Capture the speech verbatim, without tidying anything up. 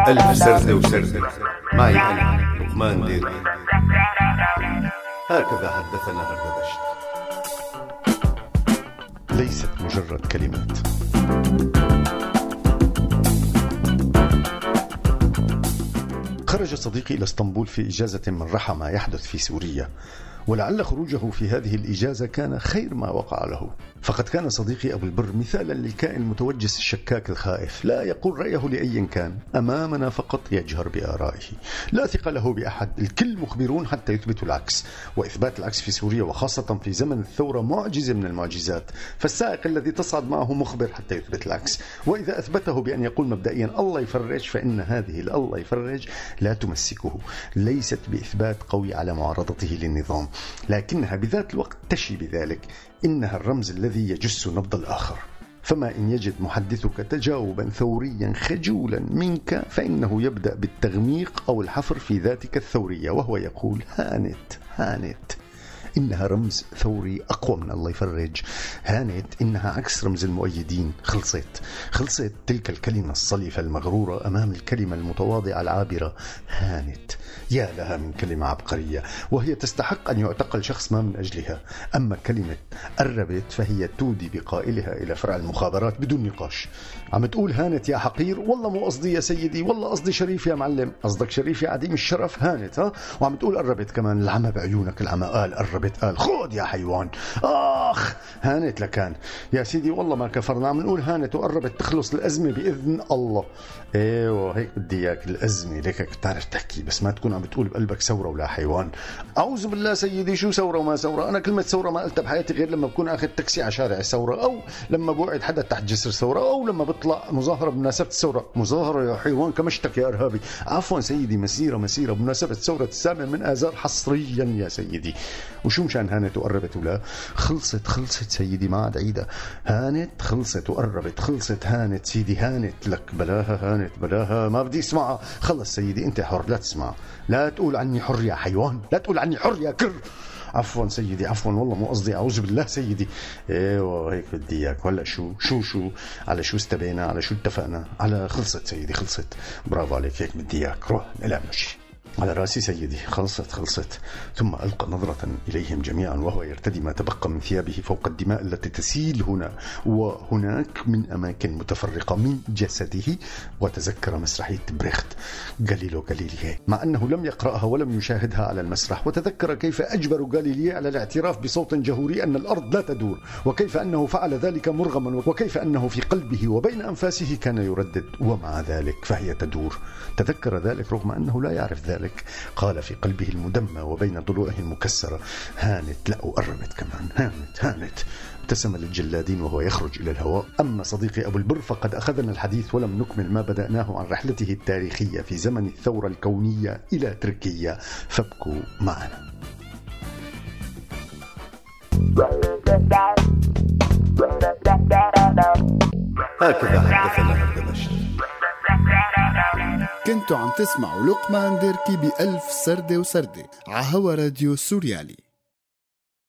ألف سردة وسردة معي أنا لقمان ديري. هكذا حدثنا هردبشت. ليست مجرد كلمات. خرج صديقي إلى اسطنبول في إجازة من رحى ما يحدث في سوريا، ولعل خروجه في هذه الإجازة كان خير ما وقع له. فقد كان صديقي أبو البر مثالا للكائن المتوجس الشكاك الخائف، لا يقول رأيه لأي كان، أمامنا فقط يجهر بآرائه، لا ثقة له بأحد، الكل مخبرون حتى يثبتوا العكس. وإثبات العكس في سوريا وخاصة في زمن الثورة معجزة من المعجزات، فالسائق الذي تصعد معه مخبر حتى يثبت العكس، وإذا أثبته بأن يقول مبدئيا الله يفرج، فإن هذه الله يفرج لا تمسكه، ليست بإثبات قوي على معارضته للنظام، لكنها بذات الوقت تشي بذلك، إنها الرمز الذي يجس نبض الآخر. فما إن يجد محدثك تجاوبا ثوريا خجولا منك، فإنه يبدأ بالتغميق أو الحفر في ذاتك الثورية، وهو يقول هانت هانت. إنها رمز ثوري أقوى من الله يفرج. هانت إنها عكس رمز المؤيدين. خلصت خلصت تلك الكلمة الصلفة المغرورة أمام الكلمة المتواضعة العابرة. هانت، يا لها من كلمة عبقرية، وهي تستحق أن يعتقل شخص ما من أجلها. أما كلمة قربت فهي تودي بقائلها إلى فرع المخابرات بدون نقاش. عم تقول هانت يا حقير؟ والله مو قصدي يا سيدي، والله قصدي شريف يا معلم. قصدك شريف يا عديم الشرف؟ هانت ها. وعم تقول قربت كمان. العمى بعيونك، العمى قال قربت، قال خود يا حيوان. آخ هانت لكان يا سيدي، والله ما كفرنا. عم نقول هانت وقربت تخلص الأزمة بإذن الله. ايوه هيك بدي اياك، الأزمة ليك بتعرف تحكي، بس ما تكون عم بتقول بقلبك ثورة ولا حيوان. أعوذ بالله سيدي، شو ثورة وما ثورة؟ أنا كلمة ثورة ما قلتها بحياتي غير لما بكون أخذ تاكسي على شارع الثورة، أو لما بوعد حدا تحت جسر ثورة، أو لما بطلع مظاهرة بمناسبة الثورة. مظاهرة يا حيوان كمشتك يا إرهابي. عفوا سيدي، مسيرة مسيرة بمناسبة ثورة السابع من آذار حصريا يا سيدي. وشو مشان هانت وقربت ولا؟ خلصت خلصت سيدي، ما عاد عيدها. هانت خلصت وقربت، خلصت هانت سيدي، هانت لك بلاها، هانت بلاها، ما بدي اسمعها. خلص سيدي انت حر، لا تسمع، لا تقول عني حر يا حيوان، لا تقول عني حر يا كر. عفوا سيدي، عفوا والله مو قصدي، اعوذ بالله سيدي. ايوه هيك بدي اياك. ولا شو شو شو على شو استبينا، على شو اتفقنا؟ على خلصت سيدي، خلصت. برافو عليك، هيك بدي اياك. روح لا مشي على راسي سيدي. خلصت خلصت. ثم ألقى نظرة إليهم جميعا وهو يرتدي ما تبقى من ثيابه فوق الدماء التي تسيل هنا وهناك من أماكن متفرقة من جسده، وتذكر مسرحية بريخت غاليليو غاليلي، مع أنه لم يقرأها ولم يشاهدها على المسرح، وتذكر كيف أجبر غاليلي على الاعتراف بصوت جهوري أن الأرض لا تدور، وكيف أنه فعل ذلك مرغما، وكيف أنه في قلبه وبين أنفاسه كان يردد ومع ذلك فهي تدور. تذكر ذلك رغم أنه لا يعرف ذلك. قال في قلبه المدمى وبين ضلوعه المكسرة هانت، لا قربت كمان، هانت هانت. ابتسم للجلادين وهو يخرج إلى الهواء. أما صديقي أبو البر فقد أخذنا الحديث ولم نكمل ما بدأناه عن رحلته التاريخية في زمن الثورة الكونية إلى تركيا، فابقوا معنا. هكذا حدثنا هردبشت. كنتوا عم تسمعوا لقمان ديركي بألف سردة وسردة على هوا راديو سوريالي.